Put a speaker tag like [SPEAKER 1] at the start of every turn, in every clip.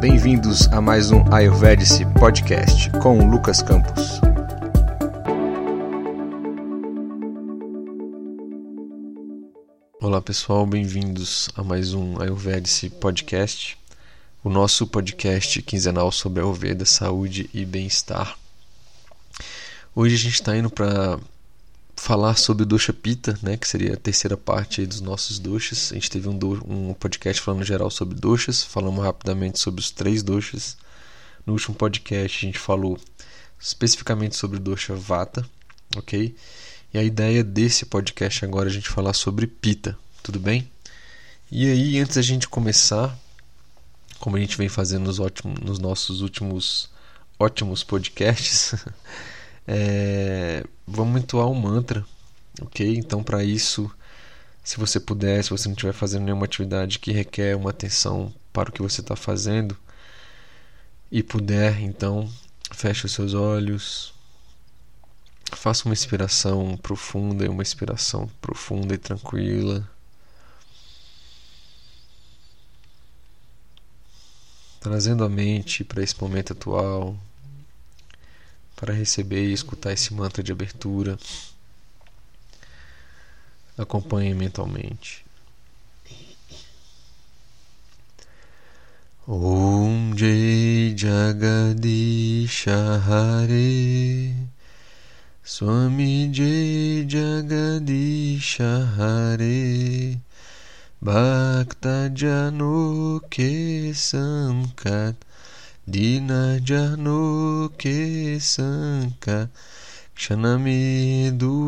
[SPEAKER 1] Bem-vindos a mais um Ayurvedic Podcast com o Lucas Campos. Olá pessoal, bem-vindos a mais um Ayurvedic Podcast, o nosso podcast quinzenal sobre Ayurveda, saúde e bem-estar. Hoje a gente está indo para falar sobre o dosha Pitta, né, que seria a terceira parte aí dos nossos doshas. A gente teve um podcast falando geral sobre doshas, falamos rapidamente sobre os 3 doshas. No último podcast a gente falou especificamente sobre o dosha Vata, ok? E a ideia desse podcast agora é a gente falar sobre Pitta, tudo bem? E aí, antes da gente começar, como a gente vem fazendo nos nossos últimos ótimos podcasts, vamos entoar um mantra, ok? Então, para isso, se você puder, se você não estiver fazendo nenhuma atividade que requer uma atenção para o que você está fazendo e puder, então, feche os seus olhos. Faça uma inspiração profunda e tranquila. Trazendo a mente para esse momento atual, para receber e escutar esse mantra de abertura. Acompanhe mentalmente. Om Jai Jagadisha Hare Swami Jai Jagadisha Hare Bhakta Jano Ke Sankat Dina Jano Ke Sankat Kshanami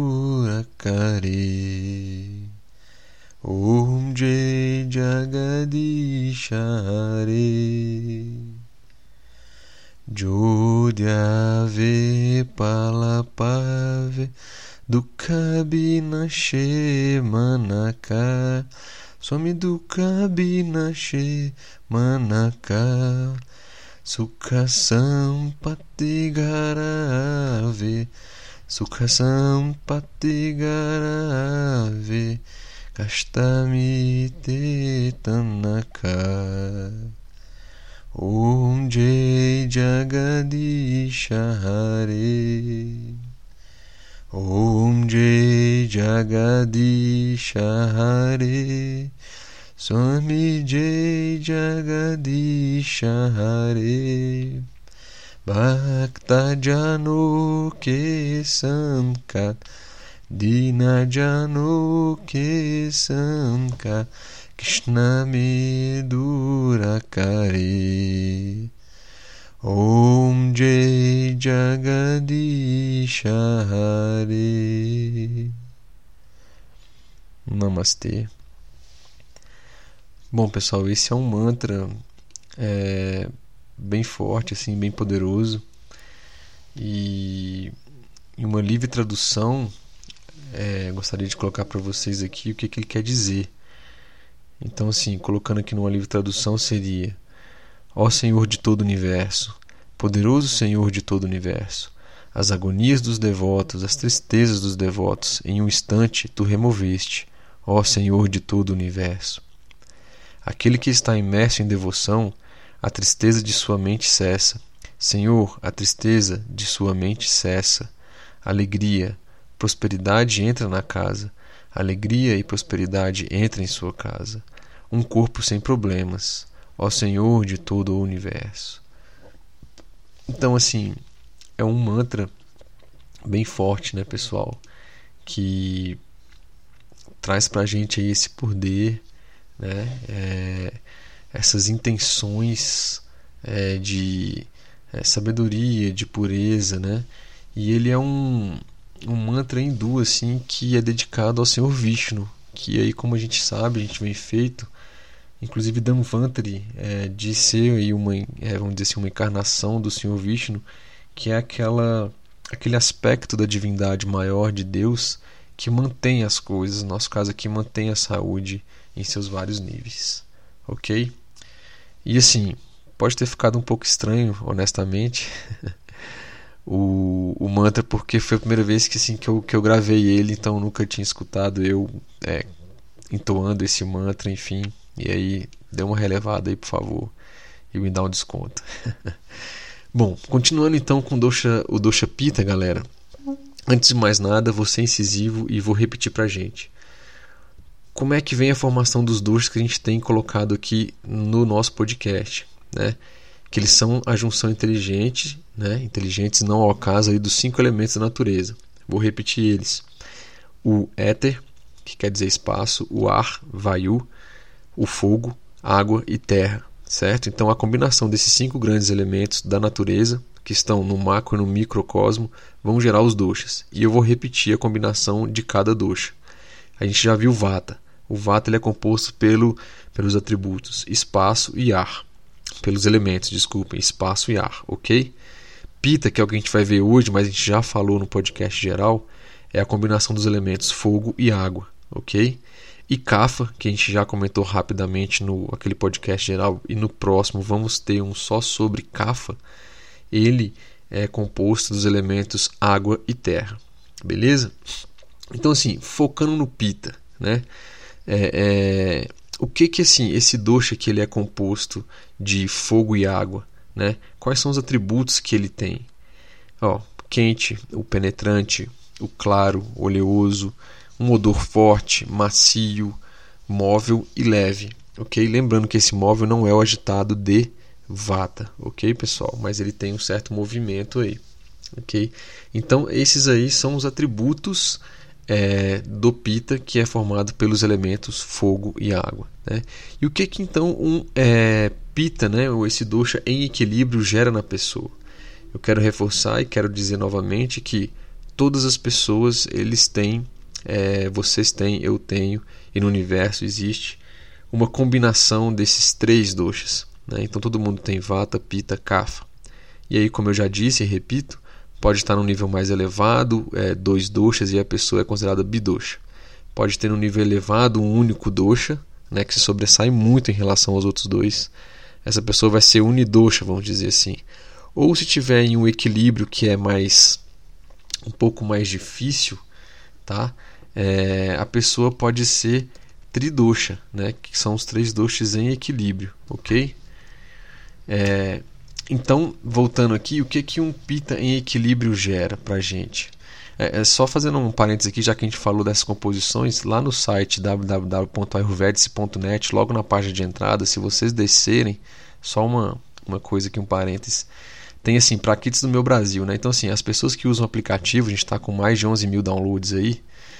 [SPEAKER 1] Durakare Om Jai Jagadisha Hare Jodhyave Palapave Dukha Binashe Manaka Swami Dukha Binashe Manaka Sukha Sampatti Garave Sukha Sampatti Garave Kastami Te Tanaka Om Jai Jagadisha Hare Om Jai Jagadisha Hare Swami Jai Jagadisha Hare Bhakta Jano Ke Sankat Dina Jano Ke Sankat Krishname Durakare Om Jai Jagadisha Hare. Namastê. Bom pessoal, esse é um mantra bem forte, assim, bem poderoso, e em uma livre tradução gostaria de colocar para vocês aqui o que ele quer dizer. Então, assim, colocando aqui numa livre tradução seria: ó Senhor de todo o universo, poderoso Senhor de todo o universo, as agonias dos devotos, as tristezas dos devotos, em um instante tu removeste, ó Senhor de todo o universo. Aquele que está imerso em devoção, a tristeza de sua mente cessa. Senhor, a tristeza de sua mente cessa. Alegria, prosperidade entra na casa. Alegria e prosperidade entram em sua casa. Um corpo sem problemas, ó Senhor de todo o universo. Então, assim, é um mantra bem forte, né, pessoal? Que traz pra gente aí esse poder, né? Essas intenções de sabedoria, de pureza, né? E ele é um mantra hindu, assim, que é dedicado ao Senhor Vishnu, que aí, como a gente sabe, a gente vem feito, inclusive Dhanvantari, de ser aí vamos dizer assim, uma encarnação do Senhor Vishnu, que é aquele aspecto da divindade maior de Deus que mantém as coisas, no nosso caso aqui, mantém a saúde em seus vários níveis, ok? E assim, pode ter ficado um pouco estranho, honestamente, o mantra, porque foi a primeira vez que eu gravei ele, então eu nunca tinha escutado eu entoando esse mantra, enfim. E aí, dê uma relevada aí, por favor. e me dá um desconto. Bom, continuando então com o dosha Pitta, galera. Antes de mais nada, vou ser incisivo e vou repetir pra gente. Como é que vem a formação dos doshas que a gente tem colocado aqui no nosso podcast, né? Que eles são a junção inteligente, né? Inteligentes não ao caso aí dos 5 elementos da natureza. Vou repetir eles. O éter, que quer dizer espaço, o ar, vayu, o fogo, água e terra, certo? Então a combinação desses 5 grandes elementos da natureza, que estão no macro e no microcosmo, vão gerar os doshas. E eu vou repetir a combinação de cada dosha. A gente já viu Vata. O Vata ele é composto pelos atributos espaço e ar. Pelos elementos, desculpem, espaço e ar, ok? Pitta, que é o que a gente vai ver hoje, mas a gente já falou no podcast geral, é a combinação dos elementos fogo e água, ok? E Kapha, que a gente já comentou rapidamente no aquele podcast geral, e no próximo vamos ter um só sobre Kapha, ele é composto dos elementos água e terra, beleza? Então assim, focando no Pitta, né? O que assim, esse dosha que ele é composto de fogo e água, né? Quais são os atributos que ele tem? Quente, o penetrante, o claro, oleoso, um odor forte, macio, móvel e leve, ok? Lembrando que esse móvel não é o agitado de Vata, ok, pessoal? Mas ele tem um certo movimento aí, ok? Então esses aí são os atributos do Pitta, que é formado pelos elementos fogo e água, né? E o que então Pitta, né, ou esse dosha em equilíbrio gera na pessoa? Eu quero reforçar e quero dizer novamente que todas as pessoas eles têm, vocês têm, eu tenho, e no universo existe uma combinação desses 3 doshas, né? Então todo mundo tem Vata, Pitta, Kapha. E aí, como eu já disse e repito, pode estar num nível mais elevado, 2 doshas, e a pessoa é considerada bidosha. Pode ter num nível elevado um único dosha, né, que se sobressai muito em relação aos outros 2. Essa pessoa vai ser unidosha, vamos dizer assim. Ou se tiver em um equilíbrio que é um pouco mais difícil, tá? A pessoa pode ser tridosha, né, que são os 3 doshas em equilíbrio, ok? Então, voltando aqui, o que um Pitta em equilíbrio gera para a gente? Só fazendo um parênteses aqui, já que a gente falou dessas composições, lá no site www.ayurvedice.net, logo na página de entrada, se vocês descerem, só uma coisa aqui, um parênteses, tem assim, Prakritis do meu Brasil, né? Então assim, as pessoas que usam o aplicativo, a gente está com mais de 11 mil downloads aí,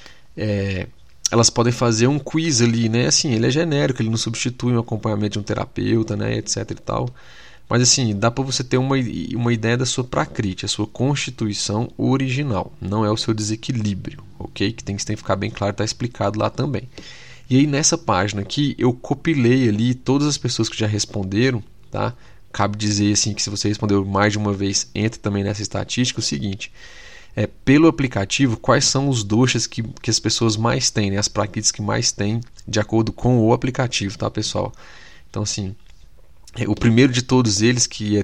[SPEAKER 1] elas podem fazer um quiz ali, né? Assim, ele é genérico, ele não substitui um acompanhamento de um terapeuta, né? Etc e tal. Mas assim, dá para você ter uma ideia da sua prakriti, a sua constituição original, não é o seu desequilíbrio, ok? Que tem que ficar bem claro, está explicado lá também. E aí nessa página aqui, eu compilei ali todas as pessoas que já responderam, tá? Cabe dizer assim que se você respondeu mais de uma vez, entre também nessa estatística, o seguinte, pelo aplicativo, quais são os doshas que as pessoas mais têm, né? As prakritis que mais têm, de acordo com o aplicativo, tá, pessoal? Então assim, o primeiro de todos eles, que é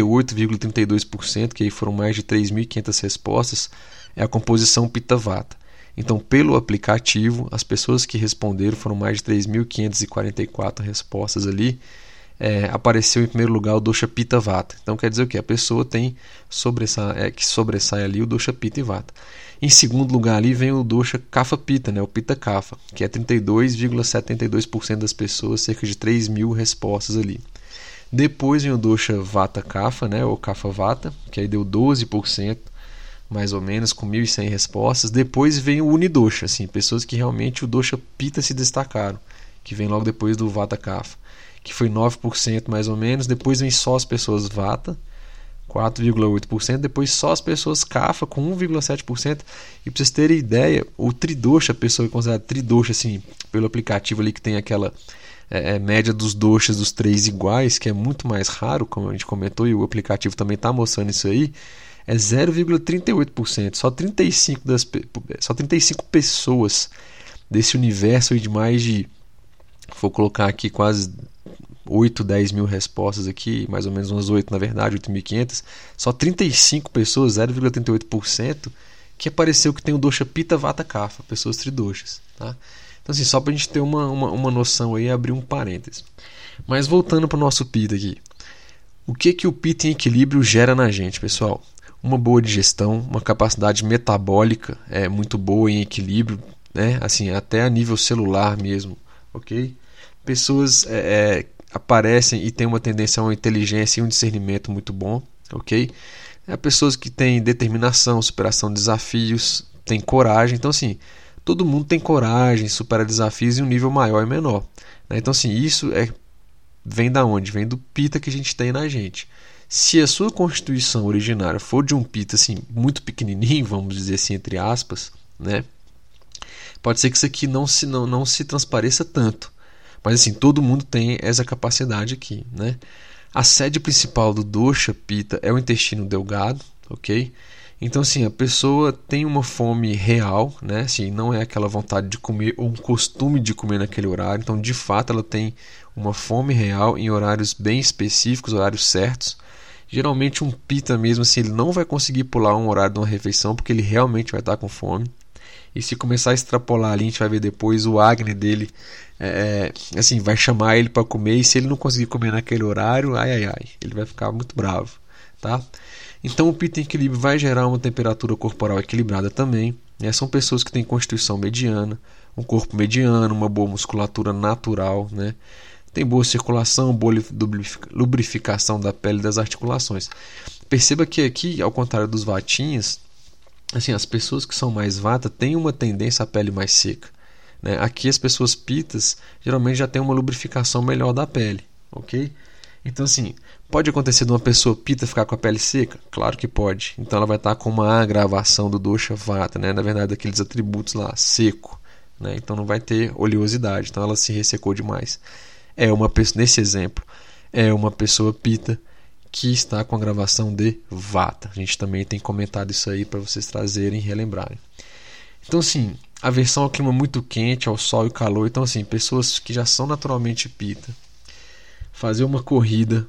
[SPEAKER 1] 38,32%, que aí foram mais de 3.500 respostas, é a composição Pitta Vata. Então, pelo aplicativo, as pessoas que responderam foram mais de 3.544 respostas ali. Apareceu em primeiro lugar o dosha Pitta Vata. Então, quer dizer o quê? A pessoa tem que sobressai ali o dosha Pitta e Vata. Em segundo lugar ali vem o dosha Kapha Pitta, né? O Pitta Kapha, que é 32,72% das pessoas, cerca de 3.000 respostas ali. Depois vem o dosha Vata Kapha, né, ou Kapha Vata, que aí deu 12%, mais ou menos, com 1.100 respostas. Depois vem o unidosha, assim, pessoas que realmente o dosha Pitta se destacaram, que vem logo depois do Vata Kapha, que foi 9% mais ou menos. Depois vem só as pessoas Vata, 4,8%. Depois só as pessoas Kapha, com 1,7%. E para vocês terem ideia, o tridosha, a pessoa é considerada tridosha, assim, pelo aplicativo ali que tem aquela média dos doshas dos 3 iguais, que é muito mais raro, como a gente comentou, e o aplicativo também está mostrando isso aí, é 0,38%. Só 35 pessoas desse universo aí de mais de, vou colocar aqui quase 8, 10 mil respostas aqui, mais ou menos umas 8 na verdade, 8.500, só 35 pessoas, 0,38%, que apareceu que tem o dosha Pitta Vata Kapha, pessoas tridoshas, tá? Então assim, só para a gente ter uma noção aí, abrir um parênteses. Mas voltando para o nosso Pitta aqui, O que o pita em equilíbrio gera na gente, pessoal? Uma boa digestão, uma capacidade metabólica muito boa em equilíbrio, né? Assim, até a nível celular mesmo, ok? Pessoas aparecem e têm uma tendência a uma inteligência e um discernimento muito bom, ok? Pessoas que têm determinação, superação de desafios, têm coragem. Então, assim, todo mundo tem coragem, supera desafios em um nível maior e menor, né? Então, assim, isso vem da onde? Vem do pita que a gente tem na gente. Se a sua constituição originária for de um pita assim, muito pequenininho, vamos dizer assim, entre aspas, né? Pode ser que isso aqui não se transpareça tanto. Mas assim, todo mundo tem essa capacidade aqui, né? A sede principal do dosha pita é o intestino delgado, ok? Então assim, a pessoa tem uma fome real, né? Assim, não é aquela vontade de comer ou um costume de comer naquele horário. Então, de fato, ela tem uma fome real em horários bem específicos, horários certos. Geralmente um pita mesmo assim, ele não vai conseguir pular um horário de uma refeição porque ele realmente vai estar com fome. E se começar a extrapolar ali, a gente vai ver depois o Agni dele, assim, vai chamar ele para comer, e se ele não conseguir comer naquele horário, ele vai ficar muito bravo, tá? Então o pita em equilíbrio vai gerar uma temperatura corporal equilibrada também, né? São pessoas que têm constituição mediana, um corpo mediano, uma boa musculatura natural, né? Tem boa circulação, boa lubrificação da pele e das articulações. Perceba que aqui, ao contrário dos vatinhas, assim, as pessoas que são mais vata têm uma tendência à pele mais seca, né? Aqui as pessoas pitas geralmente já têm uma lubrificação melhor da pele, ok? Então assim, pode acontecer de uma pessoa pita ficar com a pele seca? Claro que pode. Então ela vai estar com uma agravação do dosha vata, né? Na verdade, daqueles atributos lá, seco, né? Então não vai ter oleosidade, então ela se ressecou demais. Nesse exemplo, é uma pessoa pita que está com a gravação de vata. A gente também tem comentado isso aí para vocês trazerem e relembrarem. Então, assim, aversão ao clima muito quente, ao sol e calor. Então, assim, pessoas que já são naturalmente pita, fazer uma corrida,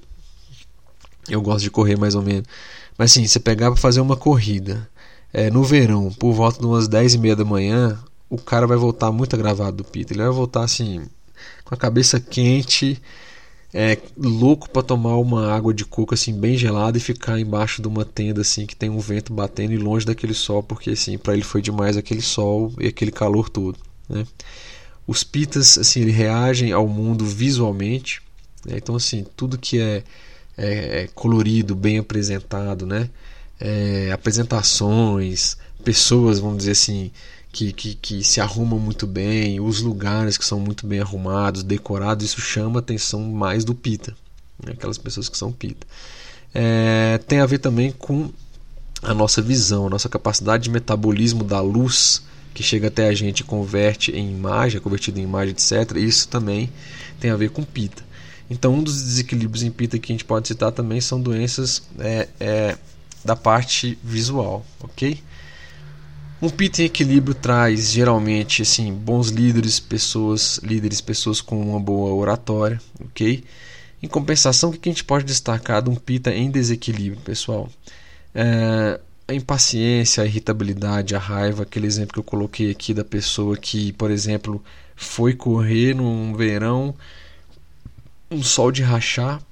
[SPEAKER 1] eu gosto de correr mais ou menos, mas assim, você pegar para fazer uma corrida no verão, por volta de umas 10h30 da manhã, o cara vai voltar muito agravado do pita. Ele vai voltar assim, com a cabeça quente, louco para tomar uma água de coco assim bem gelada e ficar embaixo de uma tenda assim que tem um vento batendo e longe daquele sol, porque assim, para ele foi demais aquele sol e aquele calor todo, né? Os pitas assim, eles reagem ao mundo visualmente, né? Então assim, tudo que é colorido, bem apresentado, né? Apresentações, pessoas, vamos dizer assim, que se arrumam muito bem, os lugares que são muito bem arrumados, decorados, isso chama a atenção mais do pita, né? Aquelas pessoas que são pita. Tem a ver também com a nossa visão, a nossa capacidade de metabolismo da luz que chega até a gente e converte em imagem, é convertido em imagem, etc. Isso também tem a ver com pita. Então, um dos desequilíbrios em pita que a gente pode citar também são doenças da parte visual, ok? Um pita em equilíbrio traz geralmente assim, bons líderes, pessoas com uma boa oratória, ok? Em compensação, o que a gente pode destacar de um pita em desequilíbrio, pessoal? A impaciência, a irritabilidade, a raiva, aquele exemplo que eu coloquei aqui da pessoa que, por exemplo, foi correr num verão, um sol de rachar,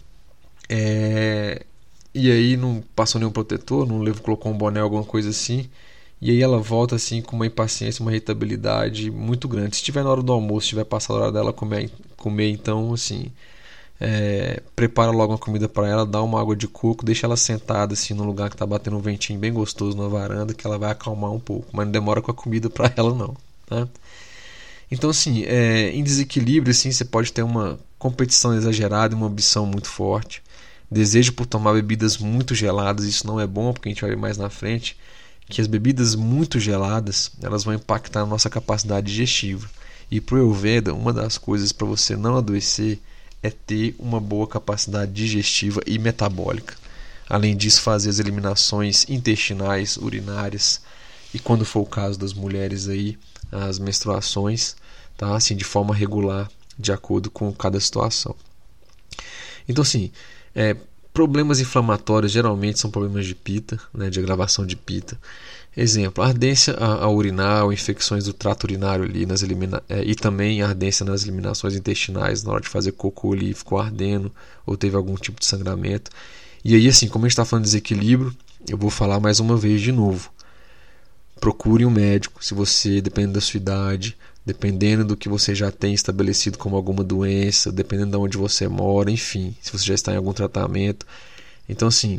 [SPEAKER 1] e aí não passou nenhum protetor, não colocou um boné, alguma coisa assim, e aí ela volta assim com uma impaciência, uma irritabilidade muito grande. Se estiver na hora do almoço, estiver passando a hora dela comer, então assim, prepara logo uma comida para ela, dá uma água de coco, deixa ela sentada assim num lugar que está batendo um ventinho bem gostoso na varanda, que ela vai acalmar um pouco, mas não demora com a comida para ela não, tá? Então assim, em desequilíbrio assim, você pode ter uma competição exagerada e uma ambição muito forte, desejo por tomar bebidas muito geladas. Isso não é bom, porque a gente vai ver mais na frente que as bebidas muito geladas, elas vão impactar a nossa capacidade digestiva. E para o Ayurveda, uma das coisas para você não adoecer é ter uma boa capacidade digestiva e metabólica. Além disso, fazer as eliminações intestinais, urinárias, e quando for o caso das mulheres aí, as menstruações, tá? Assim, de forma regular, de acordo com cada situação. Então assim, Problemas inflamatórios geralmente são problemas de pita, né, de agravação de pita. Exemplo, ardência ao urinar, ou infecções do trato urinário ali e também ardência nas eliminações intestinais, na hora de fazer cocô ali ficou ardendo ou teve algum tipo de sangramento. E aí, assim, como a gente está falando de desequilíbrio, eu vou falar mais uma vez de novo. Procure um médico, se você, dependendo da sua idade, dependendo do que você já tem estabelecido como alguma doença, dependendo de onde você mora, enfim, se você já está em algum tratamento. Então, assim,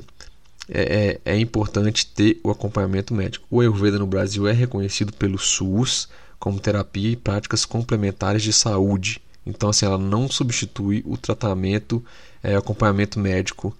[SPEAKER 1] é importante ter o acompanhamento médico. O Ayurveda no Brasil é reconhecido pelo SUS como terapia e práticas complementares de saúde. Então, assim, ela não substitui o tratamento, acompanhamento médico,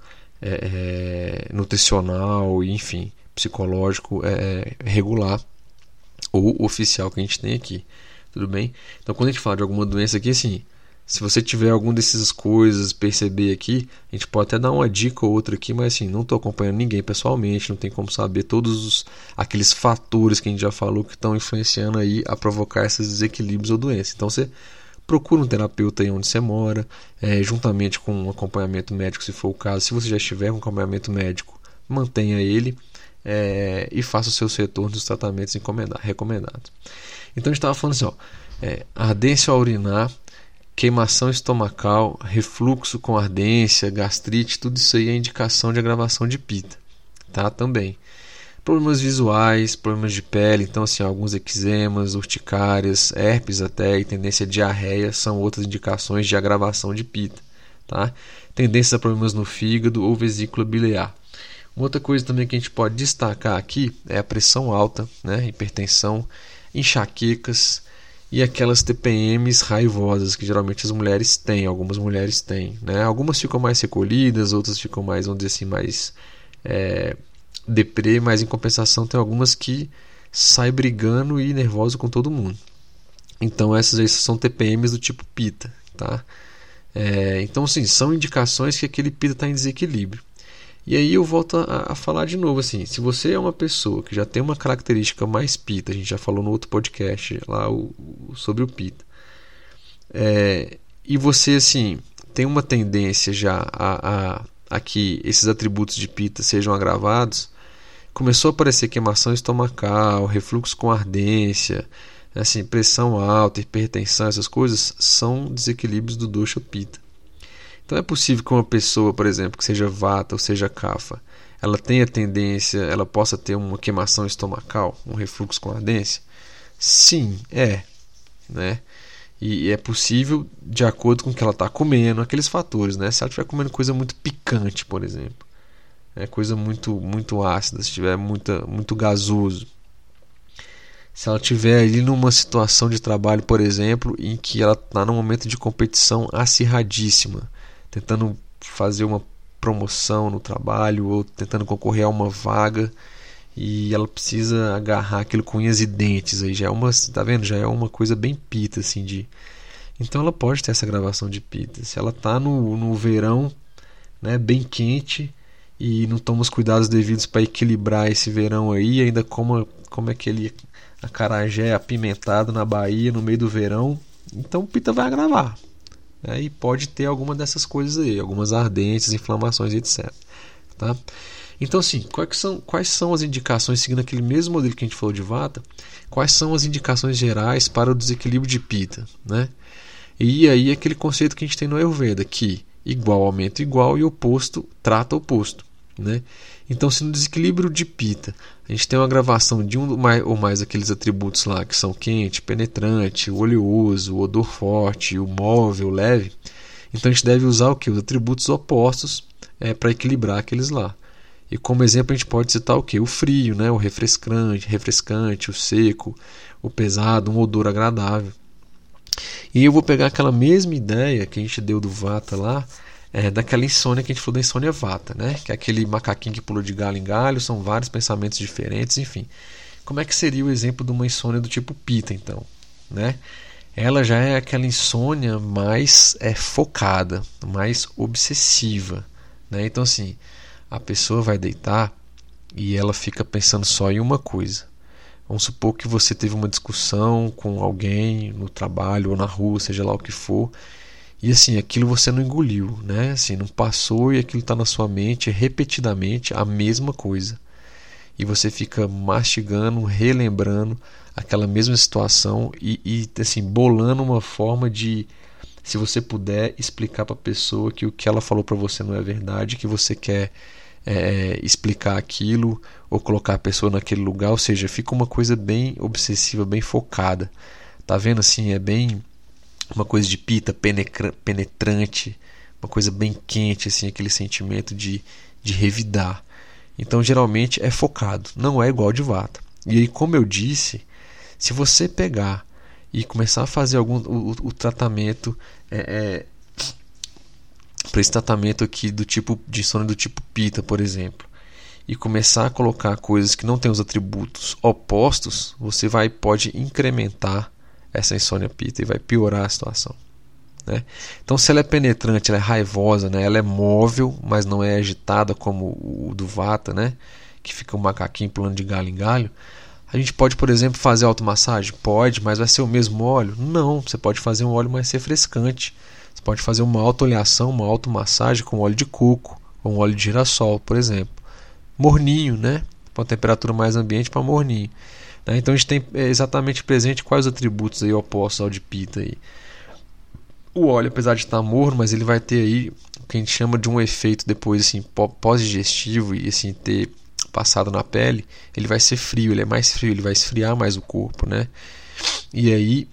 [SPEAKER 1] nutricional, enfim, psicológico regular ou oficial que a gente tem aqui. Tudo bem? Então, quando a gente fala de alguma doença aqui, assim, se você tiver alguma dessas coisas, perceber aqui, a gente pode até dar uma dica ou outra aqui, mas assim, não estou acompanhando ninguém pessoalmente, não tem como saber todos aqueles fatores que a gente já falou que estão influenciando aí a provocar esses desequilíbrios ou doenças. Então, você procura um terapeuta aí onde você mora, juntamente com um acompanhamento médico, se for o caso. Se você já estiver com acompanhamento médico, mantenha ele e faça os seus retornos dos tratamentos recomendados. Então a gente estava falando assim, ardência ao urinar, queimação estomacal, refluxo com ardência, gastrite, tudo isso aí é indicação de agravação de pita, tá? Também. Problemas visuais, problemas de pele, então assim, alguns eczemas, urticárias, herpes até e tendência à diarreia são outras indicações de agravação de pita, tá? Tendência a problemas no fígado ou vesícula biliar. Uma outra coisa também que a gente pode destacar aqui é a pressão alta, né? Hipertensão, enxaquecas e aquelas TPMs raivosas que geralmente as mulheres têm, algumas mulheres têm, né? Algumas ficam mais recolhidas, outras ficam mais, vamos dizer assim, mais deprê, mas em compensação tem algumas que saem brigando e nervoso com todo mundo. Então essas aí são TPMs do tipo pita, tá? Então sim, são indicações que aquele pita está em desequilíbrio. E aí eu volto a falar de novo, assim, se você é uma pessoa que já tem uma característica mais pita, a gente já falou no outro podcast lá sobre o pita, e você assim tem uma tendência já a que esses atributos de pita sejam agravados, começou a aparecer queimação estomacal, refluxo com ardência, assim, pressão alta, hipertensão, essas coisas são desequilíbrios do dosha pita. Então é possível que uma pessoa, por exemplo, que seja vata ou seja kapha, ela tenha tendência, ela possa ter uma queimação estomacal, um refluxo com ardência? Sim, né? E é possível de acordo com o que ela está comendo, aqueles fatores, né? Se ela estiver comendo coisa muito picante, por exemplo, coisa muito, muito ácida, se estiver muito gasoso, se ela estiver ali numa situação de trabalho, por exemplo, em que ela está num momento de competição acirradíssima, tentando fazer uma promoção no trabalho ou tentando concorrer a uma vaga e ela precisa agarrar aquilo com unhas e dentes, aí já é tá vendo? Já é uma coisa bem pita assim então ela pode ter essa gravação de pita. Se ela está no verão, né, bem quente e não toma os cuidados devidos para equilibrar esse verão aí, ainda como aquele acarajé apimentado na Bahia no meio do verão, então o pita vai agravar. E pode ter alguma dessas coisas aí, algumas ardências, inflamações, etc. Tá? Então, assim, quais são as indicações, seguindo aquele mesmo modelo que a gente falou de vata, quais são as indicações gerais para o desequilíbrio de pita, né? E aí aquele conceito que a gente tem no Ayurveda, que igual aumenta igual e oposto trata oposto, né? Então, se no desequilíbrio de pita a gente tem uma agravação de um ou mais aqueles atributos lá que são quente, penetrante, o oleoso, o odor forte, o móvel, o leve, então a gente deve usar o quê? Os atributos opostos para equilibrar aqueles lá. E como exemplo a gente pode citar o quê? O frio, né? O refrescante, o seco, o pesado, um odor agradável. E eu vou pegar aquela mesma ideia que a gente deu do vata lá, daquela insônia que a gente falou da insônia vata, né? Que é aquele macaquinho que pula de galho em galho, são vários pensamentos diferentes, enfim. Como é que seria o exemplo de uma insônia do tipo pita, então? Né? Ela já é aquela insônia mais focada, mais obsessiva, né? Então, assim, a pessoa vai deitar e ela fica pensando só em uma coisa. Vamos supor que você teve uma discussão com alguém no trabalho ou na rua, seja lá o que for, E assim, aquilo você não engoliu, né? Assim, não passou e aquilo está na sua mente repetidamente a mesma coisa. E você fica mastigando, relembrando aquela mesma situação e assim, bolando uma forma de, se você puder, explicar para a pessoa que o que ela falou para você não é verdade, que você quer explicar aquilo ou colocar a pessoa naquele lugar, ou seja, fica uma coisa bem obsessiva, bem focada. Tá vendo assim? É bem uma coisa de pita penetrante, uma coisa bem quente, assim, aquele sentimento de revidar. Então geralmente é focado, não é igual de vata. E aí, como eu disse, se você pegar e começar a fazer o tratamento para esse tratamento aqui do tipo de insônia do tipo pita, por exemplo, e começar a colocar coisas que não têm os atributos opostos, você pode incrementar essa insônia pita e vai piorar a situação, né? Então, se ela é penetrante, ela é raivosa, né? Ela é móvel, mas não é agitada como o do vata, né? Que fica um macaquinho pulando de galho em galho. A gente pode, por exemplo, fazer automassagem? Pode, mas vai ser o mesmo óleo? Não, você pode fazer um óleo mais refrescante. Você pode fazer uma autoleação, uma automassagem com óleo de coco ou um óleo de girassol, por exemplo. Morninho, né? Com temperatura mais ambiente para morninho. Então a gente tem exatamente presente quais os atributos aí opostos ao de pita aí. O óleo, apesar de estar morno, mas ele vai ter aí o que a gente chama de um efeito depois assim pós-digestivo e assim ter passado na pele, ele vai ser frio, ele é mais frio, ele vai esfriar mais o corpo, né? E aí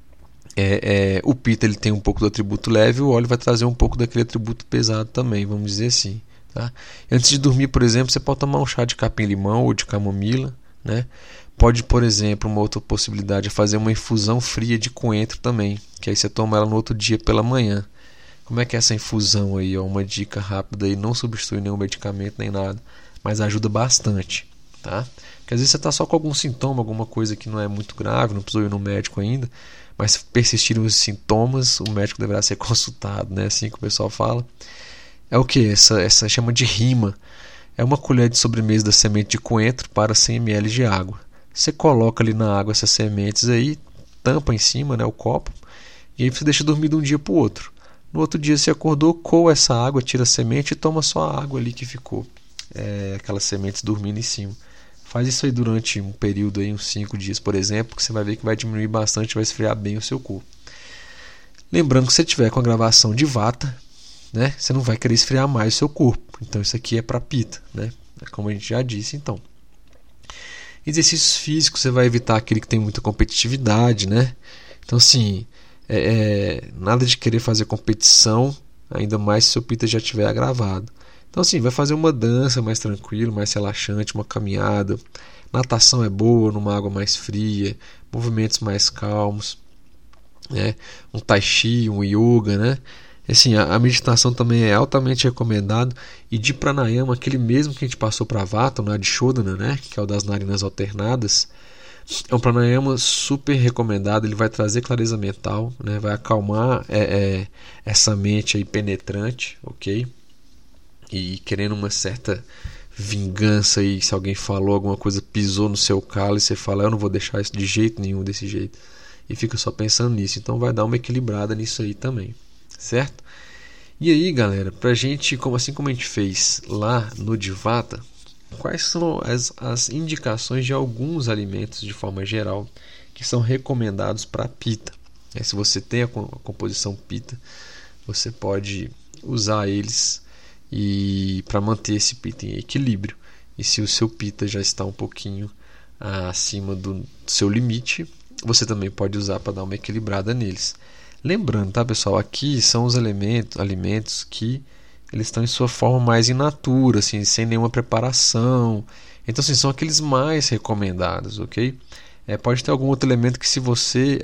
[SPEAKER 1] o pita ele tem um pouco do atributo leve, o óleo vai trazer um pouco daquele atributo pesado também, vamos dizer assim, tá? Antes de dormir, por exemplo, você pode tomar um chá de capim-limão ou de camomila, né? Pode, por exemplo, uma outra possibilidade é fazer uma infusão fria de coentro também, que aí você toma ela no outro dia pela manhã. Como é que é essa infusão aí? Uma dica rápida aí, não substitui nenhum medicamento nem nada, mas ajuda bastante, tá? Porque às vezes você está só com algum sintoma, alguma coisa que não é muito grave, não precisou ir no médico ainda, mas se persistirem os sintomas, o médico deverá ser consultado, né? Assim que o pessoal fala. É o que? Essa chama de rima. É uma colher de sobremesa da semente de coentro para 100 ml de água. Você coloca ali na água essas sementes aí, tampa em cima, né, o copo, e aí você deixa dormir de um dia para o outro. No outro dia você acordou, coa essa água, tira a semente e toma só a água ali que ficou, aquelas sementes dormindo em cima. Faz isso aí durante um período aí, uns 5 dias, por exemplo, que você vai ver que vai diminuir bastante, vai esfriar bem o seu corpo. Lembrando que se você tiver com a gravação de vata, né, você não vai querer esfriar mais o seu corpo. Então isso aqui é para pita, né? Como a gente já disse, então. Exercícios físicos, você vai evitar aquele que tem muita competitividade, né? Então, assim, nada de querer fazer competição, ainda mais se seu pita já estiver agravado. Então, assim, vai fazer uma dança mais tranquilo, mais relaxante, uma caminhada. Natação é boa, numa água mais fria, movimentos mais calmos, né? Um tai chi, um yoga, né? Assim, a meditação também é altamente recomendado, e de pranayama, aquele mesmo que a gente passou para vata, o nadishodhana, né, que é o das narinas alternadas, é um pranayama super recomendado. Ele vai trazer clareza mental, né, vai acalmar essa mente aí penetrante, ok? E querendo uma certa vingança aí, se alguém falou alguma coisa, pisou no seu calo, e você fala, eu não vou deixar isso de jeito nenhum desse jeito, e fica só pensando nisso. Então vai dar uma equilibrada nisso aí também, certo? E aí, galera, pra gente, assim como a gente fez lá no de vata, quais são as indicações de alguns alimentos de forma geral que são recomendados para pita? Se você tem a composição pita, você pode usar eles e para manter esse pita em equilíbrio. E se o seu pita já está um pouquinho acima do seu limite, você também pode usar para dar uma equilibrada neles. Lembrando, tá, pessoal, aqui são os alimentos que eles estão em sua forma mais in natura, assim, sem nenhuma preparação. Então, assim, são aqueles mais recomendados, ok? Pode ter algum outro elemento que, se você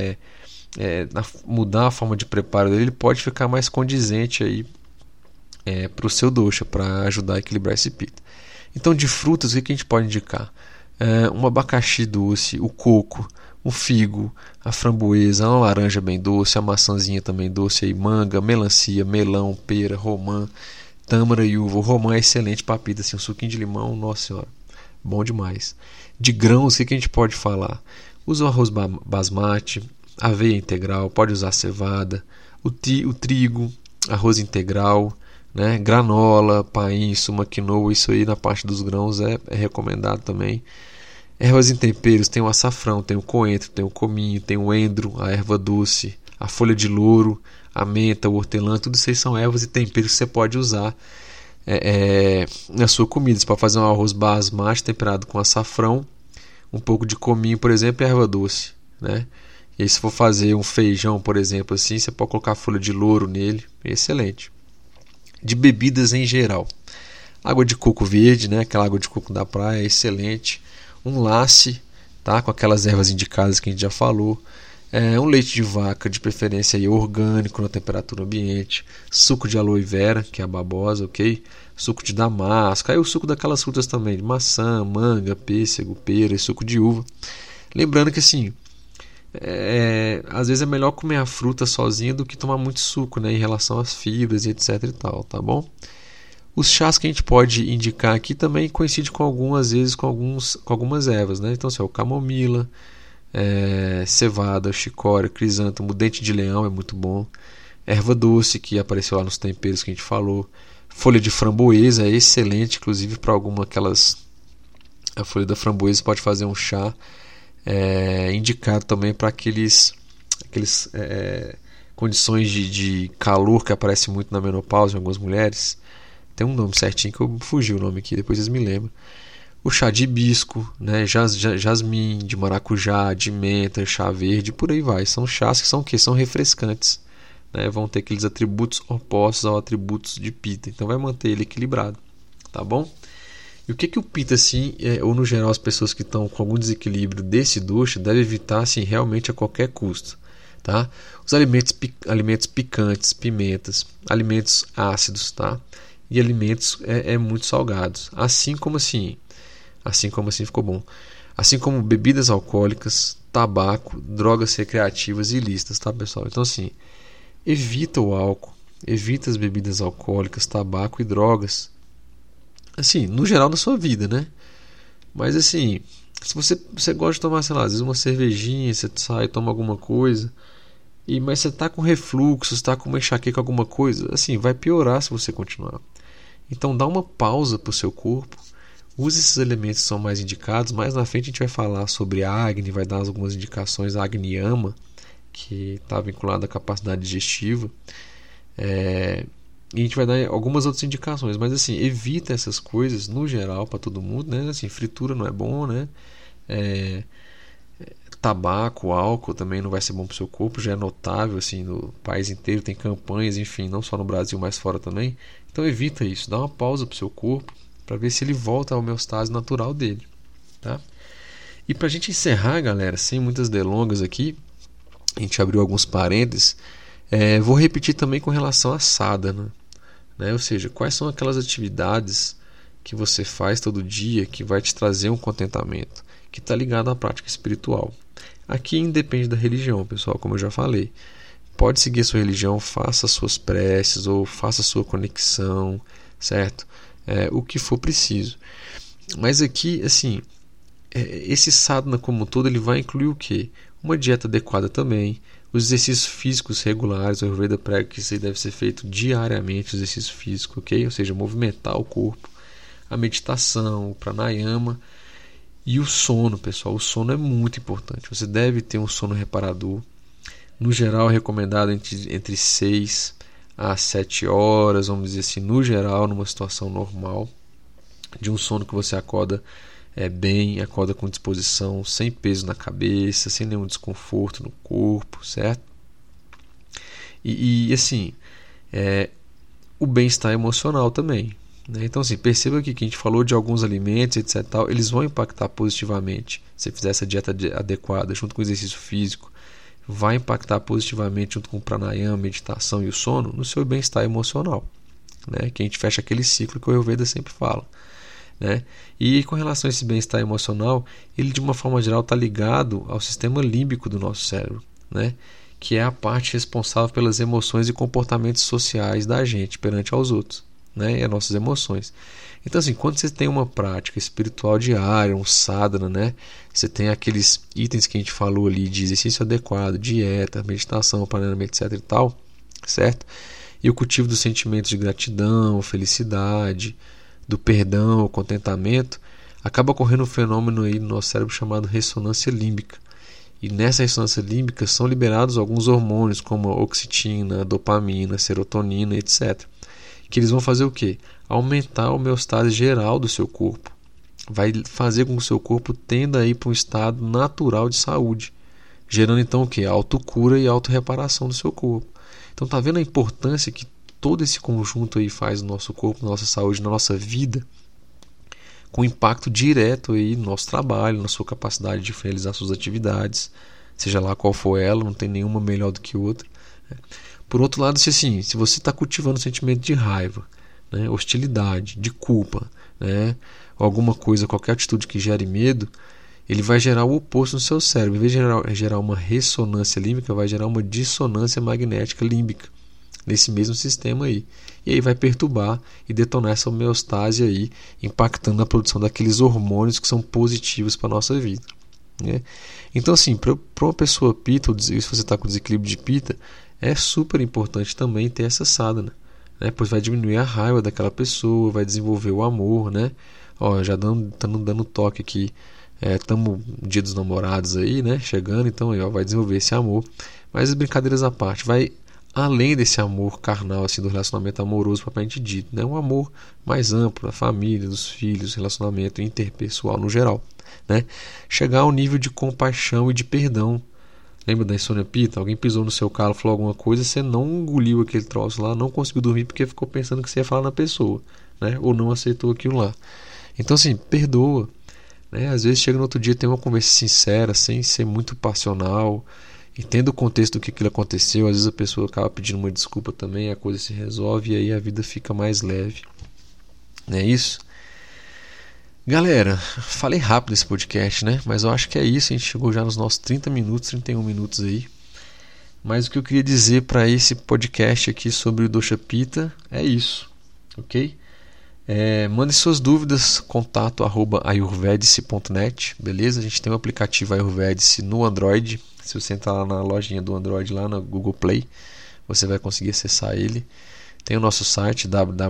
[SPEAKER 1] mudar a forma de preparo dele, ele pode ficar mais condizente aí para o seu dosha, para ajudar a equilibrar esse pita. Então, de frutas, o que a gente pode indicar? Um abacaxi doce, o coco, o figo, a framboesa, a laranja bem doce, a maçãzinha também doce, aí, manga, melancia, melão, pera, romã, tâmara e uva. O romã é excelente para pita, assim, um suquinho de limão, nossa senhora, bom demais. De grãos, o que a gente pode falar? Usa o arroz basmati, aveia integral, pode usar cevada, o trigo, arroz integral, né? Granola, pain, suma quinoa, isso aí na parte dos grãos é recomendado também. Ervas em temperos, tem o açafrão, tem o coentro, tem o cominho, tem o endro, a erva doce, a folha de louro, a menta, o hortelã, tudo isso aí são ervas e temperos que você pode usar na sua comida. Você pode fazer um arroz basmati temperado com açafrão, um pouco de cominho, por exemplo, e erva doce, né? E aí, se for fazer um feijão, por exemplo, assim, você pode colocar folha de louro nele, excelente. De bebidas em geral, água de coco verde, né? Aquela água de coco da praia, é excelente. Um lace, tá? Com aquelas ervas indicadas que a gente já falou. Um leite de vaca, de preferência aí, orgânico, na temperatura ambiente. Suco de aloe vera, que é a babosa, ok? Suco de damasco. Aí o suco daquelas frutas também, de maçã, manga, pêssego, pera e suco de uva. Lembrando que assim, às vezes é melhor comer a fruta sozinha do que tomar muito suco, né? Em relação às fibras e etc e tal, tá bom? Os chás que a gente pode indicar aqui também coincide com algumas vezes com algumas ervas, né? Então, assim, o camomila, cevada, chicória, crisântemo, dente de leão é muito bom. Erva doce, que apareceu lá nos temperos que a gente falou. Folha de framboesa é excelente, inclusive para a folha da framboesa pode fazer um chá indicado também para aqueles condições de calor que aparece muito na menopausa em algumas mulheres. Tem um nome certinho que eu fugi o nome aqui, depois vocês me lembram. O chá de hibisco, né? Jasmim, de maracujá, de menta, chá verde, por aí vai. São chás que são o quê? São refrescantes, né? Vão ter aqueles atributos opostos aos atributos de Pitta. Então vai manter ele equilibrado, tá bom? E o que o Pitta, assim, ou no geral as pessoas que estão com algum desequilíbrio desse dosha devem evitar, assim, realmente a qualquer custo, tá? Os alimentos picantes, pimentas, alimentos ácidos, tá? E alimentos muito salgados, assim como assim ficou bom, assim como bebidas alcoólicas, tabaco, drogas recreativas e ilícitas, tá, pessoal? Então, assim, evita o álcool, evita as bebidas alcoólicas, tabaco e drogas, assim, no geral na sua vida, né? Mas assim, se você gosta de tomar, sei lá, às vezes uma cervejinha, você sai, toma alguma coisa, mas você está com refluxo, está com uma enxaqueca, alguma coisa, assim, vai piorar se você continuar. Então dá uma pausa para o seu corpo, use esses elementos que são mais indicados. Mais na frente a gente vai falar sobre a Agni, vai dar algumas indicações, a Agni Yama, que está vinculada à capacidade digestiva, e a gente vai dar algumas outras indicações, mas assim, evita essas coisas no geral para todo mundo, né? Assim, fritura não é bom, né? Tabaco, álcool também não vai ser bom para o seu corpo, já é notável, assim, no país inteiro tem campanhas, enfim, não só no Brasil, mas fora também. Então evita isso, dá uma pausa para o seu corpo para ver se ele volta à homeostase natural dele, tá? E para a gente encerrar, galera, sem muitas delongas aqui, a gente abriu alguns parênteses, vou repetir também com relação à sadhana, né? Ou seja, quais são aquelas atividades que você faz todo dia que vai te trazer um contentamento, que está ligado à prática espiritual. Aqui independe da religião, pessoal, como eu já falei. Pode seguir a sua religião, faça as suas preces ou faça a sua conexão, certo? O que for preciso. Mas aqui, assim, esse sadhana como um todo, ele vai incluir o quê? Uma dieta adequada também, os exercícios físicos regulares. O Ayurveda prega que isso aí deve ser feito diariamente, o exercício físico, ok? Ou seja, movimentar o corpo, a meditação, o pranayama. E o sono, pessoal, o sono é muito importante. Você deve ter um sono reparador. No geral, é recomendado entre 6 a 7 horas, vamos dizer assim, no geral, numa situação normal, de um sono que você acorda bem, acorda com disposição, sem peso na cabeça, sem nenhum desconforto no corpo, certo? E assim, o bem-estar emocional também. Então, assim, perceba aqui que a gente falou de alguns alimentos, etc. Tal, eles vão impactar positivamente. Se você fizer essa dieta adequada, junto com o exercício físico, vai impactar positivamente, junto com o pranayama, meditação e o sono, no seu bem-estar emocional, né? Que a gente fecha aquele ciclo que o Ayurveda sempre fala, né? E com relação a esse bem-estar emocional, ele de uma forma geral está ligado ao sistema límbico do nosso cérebro, né? Que é a parte responsável pelas emoções e comportamentos sociais da gente perante aos outros, né? E as nossas emoções. Então, assim, quando você tem uma prática espiritual diária, um sadhana, né? Você tem aqueles itens que a gente falou ali de exercício adequado, dieta, meditação, planejamento, etc e tal, certo? E o cultivo dos sentimentos de gratidão, felicidade, do perdão, o contentamento, acaba ocorrendo um fenômeno aí no nosso cérebro chamado ressonância límbica. E nessa ressonância límbica são liberados alguns hormônios como a oxitina, dopamina, serotonina, etc. Que eles vão fazer o quê? Aumentar a homeostase geral do seu corpo. Vai fazer com que o seu corpo tenda a ir para um estado natural de saúde, gerando então o quê? Autocura e autorreparação do seu corpo. Então tá vendo a importância que todo esse conjunto aí faz no nosso corpo, na nossa saúde, na nossa vida, com impacto direto aí no nosso trabalho, na sua capacidade de realizar suas atividades, seja lá qual for ela, não tem nenhuma melhor do que outra. Por outro lado, se você está cultivando sentimento de raiva, né, hostilidade, de culpa, né, ou alguma coisa, qualquer atitude que gere medo, ele vai gerar o oposto no seu cérebro. Em vez de gerar uma ressonância límbica, vai gerar uma dissonância magnética límbica nesse mesmo sistema aí. E aí vai perturbar e detonar essa homeostase aí, impactando na produção daqueles hormônios que são positivos para a nossa vida, né? Então, assim, para uma pessoa pita, ou se você está com desequilíbrio de pita, é super importante também ter essa sadhana, né? Pois vai diminuir a raiva daquela pessoa, vai desenvolver o amor, né? Ó, já dando toque aqui, estamos no dia dos namorados aí, né? Chegando, então aí, ó, vai desenvolver esse amor. Mas as brincadeiras à parte, vai além desse amor carnal, assim, do relacionamento amoroso propriamente dito, né? Um amor mais amplo, da família, dos filhos, relacionamento interpessoal no geral, né? Chegar ao nível de compaixão e de perdão. Lembra da insônia pita? Alguém pisou no seu calo, falou alguma coisa, você não engoliu aquele troço lá, não conseguiu dormir porque ficou pensando que você ia falar na pessoa, né? Ou não aceitou aquilo lá. Então, assim, perdoa, né? Às vezes chega no outro dia, tem uma conversa sincera, sem ser muito passional, entenda o contexto do que aquilo aconteceu. Às vezes a pessoa acaba pedindo uma desculpa também, a coisa se resolve e aí a vida fica mais leve. Não é isso? Galera, falei rápido esse podcast, né? Mas eu acho que é isso, a gente chegou já nos nossos 30 minutos, 31 minutos aí. Mas o que eu queria dizer para esse podcast aqui sobre o Dosha Pitta é isso, ok? Mande suas dúvidas, contato@ayurvedice.net, beleza? A gente tem o aplicativo Ayurvedice no Android. Se você entrar lá na lojinha do Android, lá no Google Play, você vai conseguir acessar ele. Tem o nosso site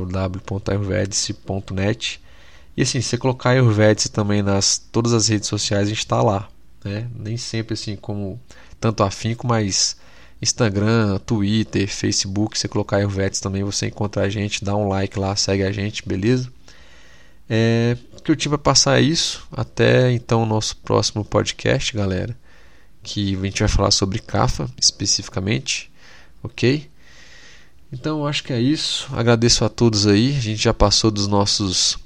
[SPEAKER 1] www.ayurvedice.net. E assim, se você colocar Ayurvedice também nas todas as redes sociais, a gente está lá, né? Nem sempre assim como tanto afinco, mas Instagram, Twitter, Facebook, você colocar Ayurvedice também, você encontra a gente, dá um like lá, segue a gente, beleza? O que eu tive a passar é isso. Até então o nosso próximo podcast, galera, que a gente vai falar sobre Kapha especificamente, ok? Então eu acho que é isso. Agradeço a todos aí. A gente já passou dos nossos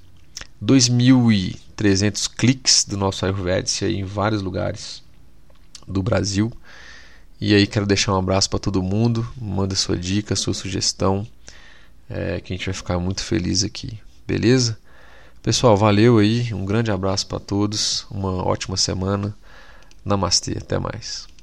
[SPEAKER 1] 2.300 cliques do nosso Ayurvedice aí em vários lugares do Brasil. E aí quero deixar um abraço para todo mundo. Manda sua dica, sua sugestão, que a gente vai ficar muito feliz aqui, beleza? Pessoal, valeu aí. Um grande abraço para todos. Uma ótima semana. Namastê, até mais.